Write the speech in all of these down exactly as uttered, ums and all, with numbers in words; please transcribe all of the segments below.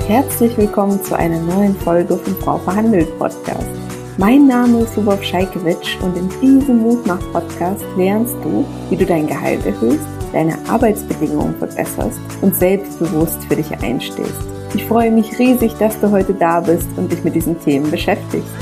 Herzlich willkommen zu einer neuen Folge vom Frau verhandelt Podcast. Mein Name ist Lubov Scheikewitsch und in diesem Mutmach-Podcast lernst du, wie du dein Gehalt erhöhst, deine Arbeitsbedingungen verbesserst und selbstbewusst für dich einstehst. Ich freue mich riesig, dass du heute da bist und dich mit diesen Themen beschäftigst.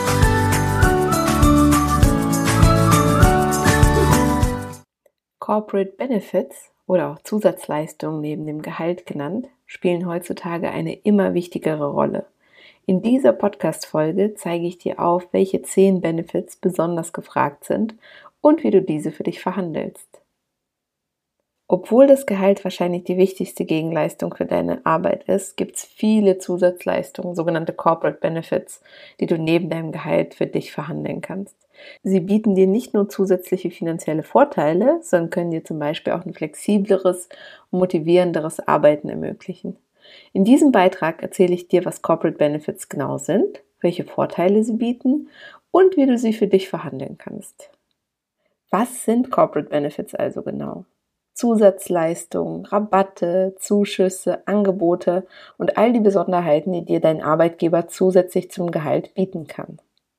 Corporate Benefits oder auch Zusatzleistungen neben dem Gehalt genannt, spielen heutzutage eine immer wichtigere Rolle. In dieser Podcast-Folge zeige ich dir auf, welche zehn Benefits besonders gefragt sind und wie du diese für dich verhandelst. Obwohl das Gehalt wahrscheinlich die wichtigste Gegenleistung für deine Arbeit ist, gibt es viele Zusatzleistungen, sogenannte Corporate Benefits, die du neben deinem Gehalt für dich verhandeln kannst. Sie bieten dir nicht nur zusätzliche finanzielle Vorteile, sondern können dir zum Beispiel auch ein flexibleres und motivierenderes Arbeiten ermöglichen. In diesem Beitrag erzähle ich dir, was Corporate Benefits genau sind, welche Vorteile sie bieten und wie du sie für dich verhandeln kannst. Was sind Corporate Benefits also genau? Zusatzleistungen, Rabatte, Zuschüsse, Angebote und all die Besonderheiten, die dir dein Arbeitgeber zusätzlich zum Gehalt bieten kann.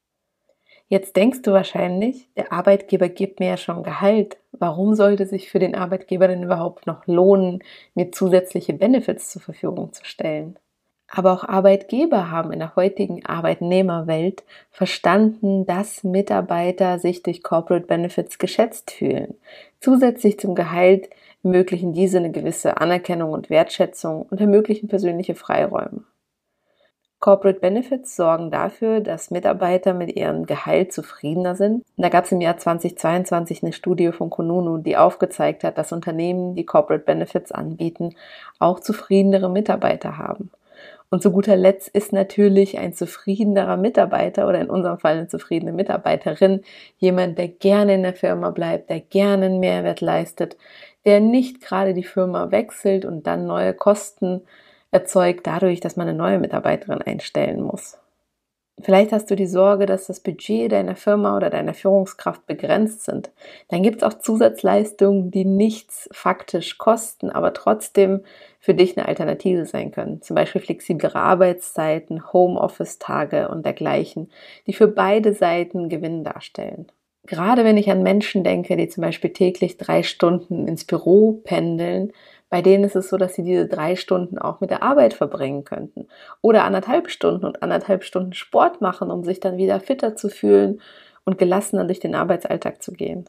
Jetzt denkst du wahrscheinlich, der Arbeitgeber gibt mir ja schon Gehalt. Warum sollte sich für den Arbeitgeber denn überhaupt noch lohnen, mir zusätzliche Benefits zur Verfügung zu stellen? Aber auch Arbeitgeber haben in der heutigen Arbeitnehmerwelt verstanden, dass Mitarbeiter sich durch Corporate Benefits geschätzt fühlen. Zusätzlich zum Gehalt ermöglichen diese eine gewisse Anerkennung und Wertschätzung und ermöglichen persönliche Freiräume. Corporate Benefits sorgen dafür, dass Mitarbeiter mit ihrem Gehalt zufriedener sind. Da gab es im Jahr zweitausendzweiundzwanzig eine Studie von Kununu, die aufgezeigt hat, dass Unternehmen, die Corporate Benefits anbieten, auch zufriedenere Mitarbeiter haben. Und zu guter Letzt ist natürlich ein zufriedenerer Mitarbeiter oder in unserem Fall eine zufriedene Mitarbeiterin jemand, der gerne in der Firma bleibt, der gerne einen Mehrwert leistet, der nicht gerade die Firma wechselt und dann neue Kosten erzeugt dadurch, dass man eine neue Mitarbeiterin einstellen muss. Vielleicht hast du die Sorge, dass das Budget deiner Firma oder deiner Führungskraft begrenzt sind. Dann gibt es auch Zusatzleistungen, die nichts faktisch kosten, aber trotzdem für dich eine Alternative sein können. Zum Beispiel flexiblere Arbeitszeiten, Homeoffice-Tage und dergleichen, die für beide Seiten Gewinn darstellen. Gerade wenn ich an Menschen denke, die zum Beispiel täglich drei Stunden ins Büro pendeln, bei denen ist es so, dass sie diese drei Stunden auch mit der Arbeit verbringen könnten. Oder anderthalb Stunden und anderthalb Stunden Sport machen, um sich dann wieder fitter zu fühlen und gelassener durch den Arbeitsalltag zu gehen.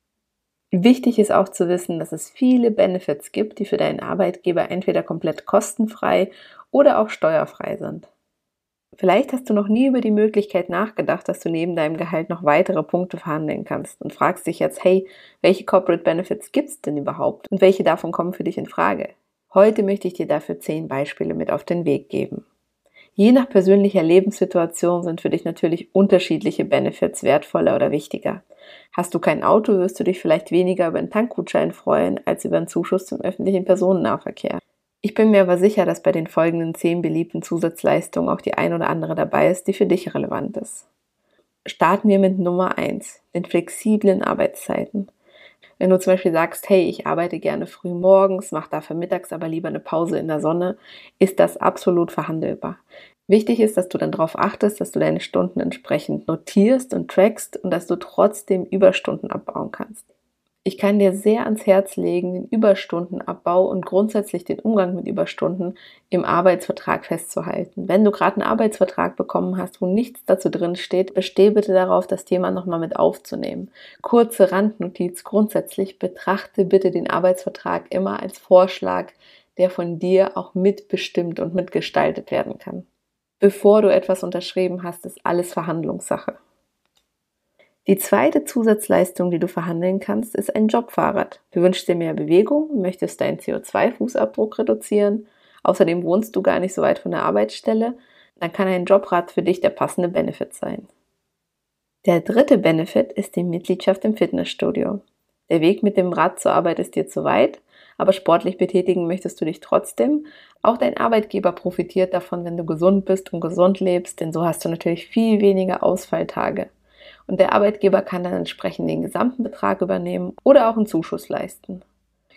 Wichtig ist auch zu wissen, dass es viele Benefits gibt, die für deinen Arbeitgeber entweder komplett kostenfrei oder auch steuerfrei sind. Vielleicht hast du noch nie über die Möglichkeit nachgedacht, dass du neben deinem Gehalt noch weitere Punkte verhandeln kannst und fragst dich jetzt, hey, welche Corporate Benefits gibt es denn überhaupt und welche davon kommen für dich in Frage? Heute möchte ich dir dafür zehn Beispiele mit auf den Weg geben. Je nach persönlicher Lebenssituation sind für dich natürlich unterschiedliche Benefits wertvoller oder wichtiger. Hast du kein Auto, wirst du dich vielleicht weniger über einen Tankgutschein freuen, als über einen Zuschuss zum öffentlichen Personennahverkehr. Ich bin mir aber sicher, dass bei den folgenden zehn beliebten Zusatzleistungen auch die ein oder andere dabei ist, die für dich relevant ist. Starten wir mit Nummer eins, den flexiblen Arbeitszeiten. Wenn du zum Beispiel sagst, hey, ich arbeite gerne früh morgens, mache dafür mittags aber lieber eine Pause in der Sonne, ist das absolut verhandelbar. Wichtig ist, dass du dann darauf achtest, dass du deine Stunden entsprechend notierst und trackst und dass du trotzdem Überstunden abbauen kannst. Ich kann dir sehr ans Herz legen, den Überstundenabbau und grundsätzlich den Umgang mit Überstunden im Arbeitsvertrag festzuhalten. Wenn du gerade einen Arbeitsvertrag bekommen hast, wo nichts dazu drin steht, besteh bitte darauf, das Thema nochmal mit aufzunehmen. Kurze Randnotiz: Grundsätzlich betrachte bitte den Arbeitsvertrag immer als Vorschlag, der von dir auch mitbestimmt und mitgestaltet werden kann. Bevor du etwas unterschrieben hast, ist alles Verhandlungssache. Die zweite Zusatzleistung, die du verhandeln kannst, ist ein Jobfahrrad. Du wünschst dir mehr Bewegung, möchtest deinen C O zwei Fußabdruck reduzieren, außerdem wohnst du gar nicht so weit von der Arbeitsstelle, dann kann ein Jobrad für dich der passende Benefit sein. Der dritte Benefit ist die Mitgliedschaft im Fitnessstudio. Der Weg mit dem Rad zur Arbeit ist dir zu weit, aber sportlich betätigen möchtest du dich trotzdem. Auch dein Arbeitgeber profitiert davon, wenn du gesund bist und gesund lebst, denn so hast du natürlich viel weniger Ausfalltage. Und der Arbeitgeber kann dann entsprechend den gesamten Betrag übernehmen oder auch einen Zuschuss leisten.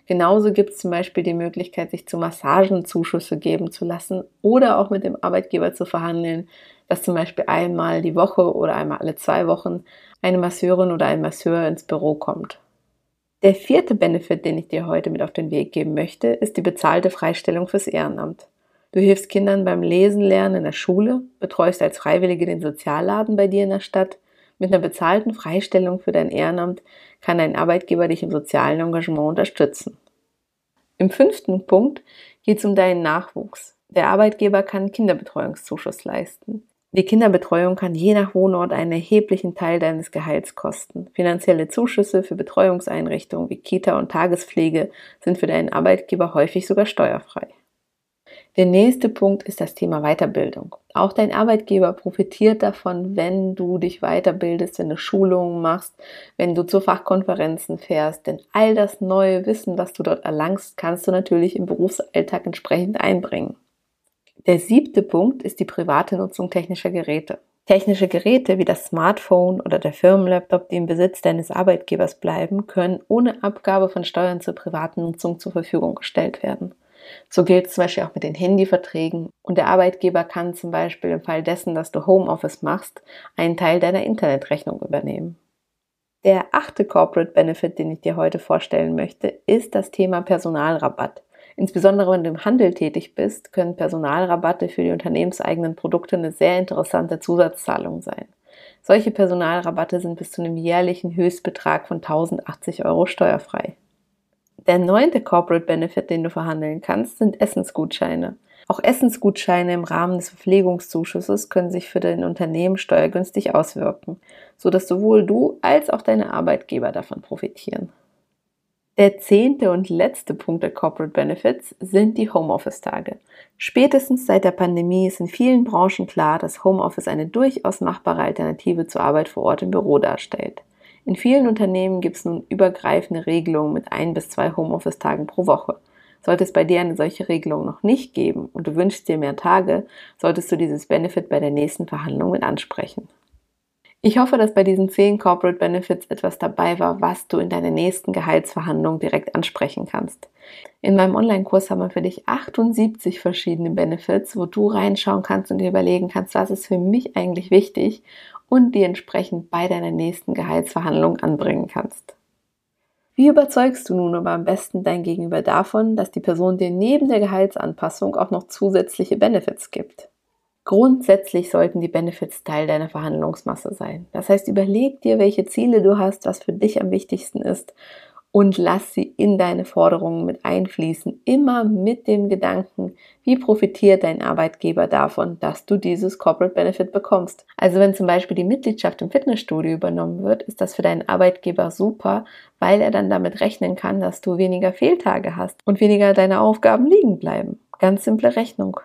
Genauso gibt es zum Beispiel die Möglichkeit, sich zu Massagen Zuschüsse geben zu lassen oder auch mit dem Arbeitgeber zu verhandeln, dass zum Beispiel einmal die Woche oder einmal alle zwei Wochen eine Masseurin oder ein Masseur ins Büro kommt. Der vierte Benefit, den ich dir heute mit auf den Weg geben möchte, ist die bezahlte Freistellung fürs Ehrenamt. Du hilfst Kindern beim Lesen lernen in der Schule, betreust als Freiwillige den Sozialladen bei dir in der Stadt. Mit einer bezahlten Freistellung für dein Ehrenamt kann dein Arbeitgeber dich im sozialen Engagement unterstützen. Im fünften Punkt geht es um deinen Nachwuchs. Der Arbeitgeber kann Kinderbetreuungszuschuss leisten. Die Kinderbetreuung kann je nach Wohnort einen erheblichen Teil deines Gehalts kosten. Finanzielle Zuschüsse für Betreuungseinrichtungen wie Kita und Tagespflege sind für deinen Arbeitgeber häufig sogar steuerfrei. Der nächste Punkt ist das Thema Weiterbildung. Auch dein Arbeitgeber profitiert davon, wenn du dich weiterbildest, wenn du Schulungen machst, wenn du zu Fachkonferenzen fährst. Denn all das neue Wissen, was du dort erlangst, kannst du natürlich im Berufsalltag entsprechend einbringen. Der siebte Punkt ist die private Nutzung technischer Geräte. Technische Geräte wie das Smartphone oder der Firmenlaptop, die im Besitz deines Arbeitgebers bleiben, können ohne Abgabe von Steuern zur privaten Nutzung zur Verfügung gestellt werden. So gilt es zum Beispiel auch mit den Handyverträgen und der Arbeitgeber kann zum Beispiel im Fall dessen, dass du Homeoffice machst, einen Teil deiner Internetrechnung übernehmen. Der achte Corporate Benefit, den ich dir heute vorstellen möchte, ist das Thema Personalrabatt. Insbesondere wenn du im Handel tätig bist, können Personalrabatte für die unternehmenseigenen Produkte eine sehr interessante Zusatzzahlung sein. Solche Personalrabatte sind bis zu einem jährlichen Höchstbetrag von tausendachtzig Euro steuerfrei. Der neunte Corporate Benefit, den du verhandeln kannst, sind Essensgutscheine. Auch Essensgutscheine im Rahmen des Verpflegungszuschusses können sich für dein Unternehmen steuergünstig auswirken, sodass sowohl du als auch deine Arbeitgeber davon profitieren. Der zehnte und letzte Punkt der Corporate Benefits sind die Homeoffice-Tage. Spätestens seit der Pandemie ist in vielen Branchen klar, dass Homeoffice eine durchaus machbare Alternative zur Arbeit vor Ort im Büro darstellt. In vielen Unternehmen gibt es nun übergreifende Regelungen mit ein bis zwei Homeoffice-Tagen pro Woche. Sollte es bei dir eine solche Regelung noch nicht geben und du wünschst dir mehr Tage, solltest du dieses Benefit bei der nächsten Verhandlung mit ansprechen. Ich hoffe, dass bei diesen zehn Corporate Benefits etwas dabei war, was du in deiner nächsten Gehaltsverhandlung direkt ansprechen kannst. In meinem Online-Kurs haben wir für dich achtundsiebzig verschiedene Benefits, wo du reinschauen kannst und dir überlegen kannst, was ist für mich eigentlich wichtig und die entsprechend bei deiner nächsten Gehaltsverhandlung anbringen kannst. Wie überzeugst du nun aber am besten dein Gegenüber davon, dass die Person dir neben der Gehaltsanpassung auch noch zusätzliche Benefits gibt? Grundsätzlich sollten die Benefits Teil deiner Verhandlungsmasse sein. Das heißt, überleg dir, welche Ziele du hast, was für dich am wichtigsten ist und lass sie in deine Forderungen mit einfließen. Immer mit dem Gedanken, wie profitiert dein Arbeitgeber davon, dass du dieses Corporate Benefit bekommst. Also wenn zum Beispiel die Mitgliedschaft im Fitnessstudio übernommen wird, ist das für deinen Arbeitgeber super, weil er dann damit rechnen kann, dass du weniger Fehltage hast und weniger deine Aufgaben liegen bleiben. Ganz simple Rechnung.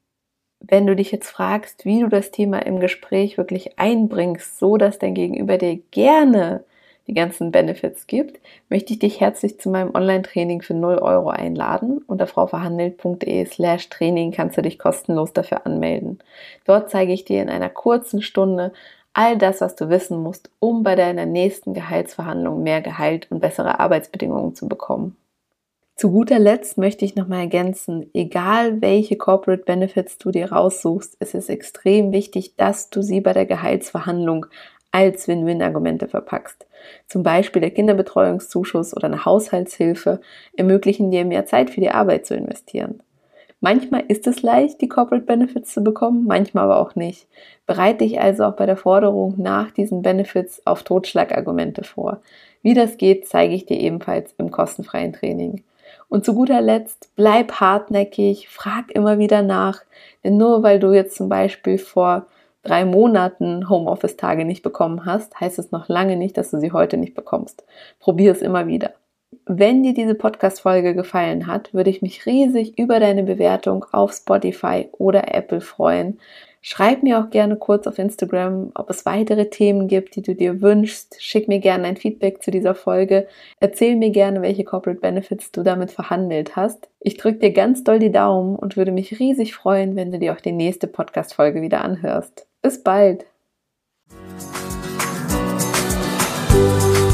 Wenn du dich jetzt fragst, wie du das Thema im Gespräch wirklich einbringst, so dass dein Gegenüber dir gerne die ganzen Benefits gibt, möchte ich dich herzlich zu meinem Online-Training für null Euro einladen. Unter frauverhandelt.de slash Training kannst du dich kostenlos dafür anmelden. Dort zeige ich dir in einer kurzen Stunde all das, was du wissen musst, um bei deiner nächsten Gehaltsverhandlung mehr Gehalt und bessere Arbeitsbedingungen zu bekommen. Zu guter Letzt möchte ich nochmal ergänzen, egal welche Corporate Benefits du dir raussuchst, es ist extrem wichtig, dass du sie bei der Gehaltsverhandlung als Win-Win-Argumente verpackst. Zum Beispiel der Kinderbetreuungszuschuss oder eine Haushaltshilfe ermöglichen dir mehr Zeit für die Arbeit zu investieren. Manchmal ist es leicht, die Corporate Benefits zu bekommen, manchmal aber auch nicht. Bereite dich also auch bei der Forderung nach diesen Benefits auf Totschlagargumente vor. Wie das geht, zeige ich dir ebenfalls im kostenfreien Training. Und zu guter Letzt, bleib hartnäckig, frag immer wieder nach, denn nur weil du jetzt zum Beispiel vor drei Monaten Homeoffice-Tage nicht bekommen hast, heißt es noch lange nicht, dass du sie heute nicht bekommst. Probier es immer wieder. Wenn dir diese Podcast-Folge gefallen hat, würde ich mich riesig über deine Bewertung auf Spotify oder Apple freuen. Schreib mir auch gerne kurz auf Instagram, ob es weitere Themen gibt, die du dir wünschst. Schick mir gerne ein Feedback zu dieser Folge. Erzähl mir gerne, welche Corporate Benefits du damit verhandelt hast. Ich drücke dir ganz doll die Daumen und würde mich riesig freuen, wenn du dir auch die nächste Podcast-Folge wieder anhörst. Bis bald!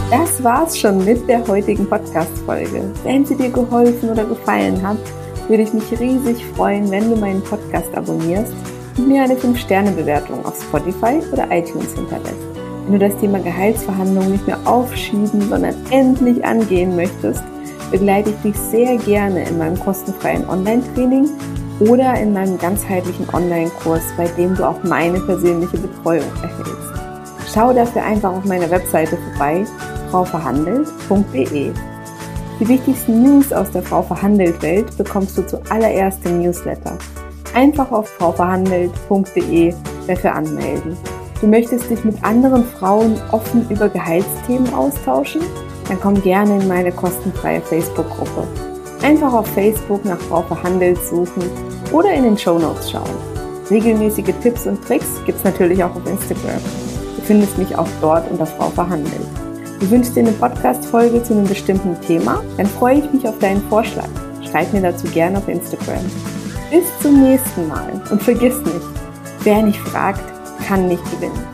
Das war's schon mit der heutigen Podcast-Folge. Wenn sie dir geholfen oder gefallen hat, würde ich mich riesig freuen, wenn du meinen Podcast abonnierst und mir eine fünf Sterne Bewertung auf Spotify oder iTunes hinterlässt. Wenn du das Thema Gehaltsverhandlungen nicht mehr aufschieben, sondern endlich angehen möchtest, begleite ich dich sehr gerne in meinem kostenfreien Online-Training oder in meinem ganzheitlichen Online-Kurs, bei dem du auch meine persönliche Betreuung erhältst. Schau dafür einfach auf meiner Webseite vorbei, frau verhandelt punkt de. Die wichtigsten News aus der Frau Verhandelt Welt bekommst du zuallererst im Newsletter. Einfach auf frau verhandelt punkt de dafür anmelden. Du möchtest dich mit anderen Frauen offen über Gehaltsthemen austauschen? Dann komm gerne in meine kostenfreie Facebook-Gruppe. Einfach auf Facebook nach Frau Verhandelt suchen oder in den Shownotes schauen. Regelmäßige Tipps und Tricks gibt's natürlich auch auf Instagram. Du findest mich auch dort unter Frau Verhandelt. Du wünschst dir eine Podcast-Folge zu einem bestimmten Thema? Dann freue ich mich auf deinen Vorschlag. Schreib mir dazu gerne auf Instagram. Bis zum nächsten Mal und vergiss nicht, wer nicht fragt, kann nicht gewinnen.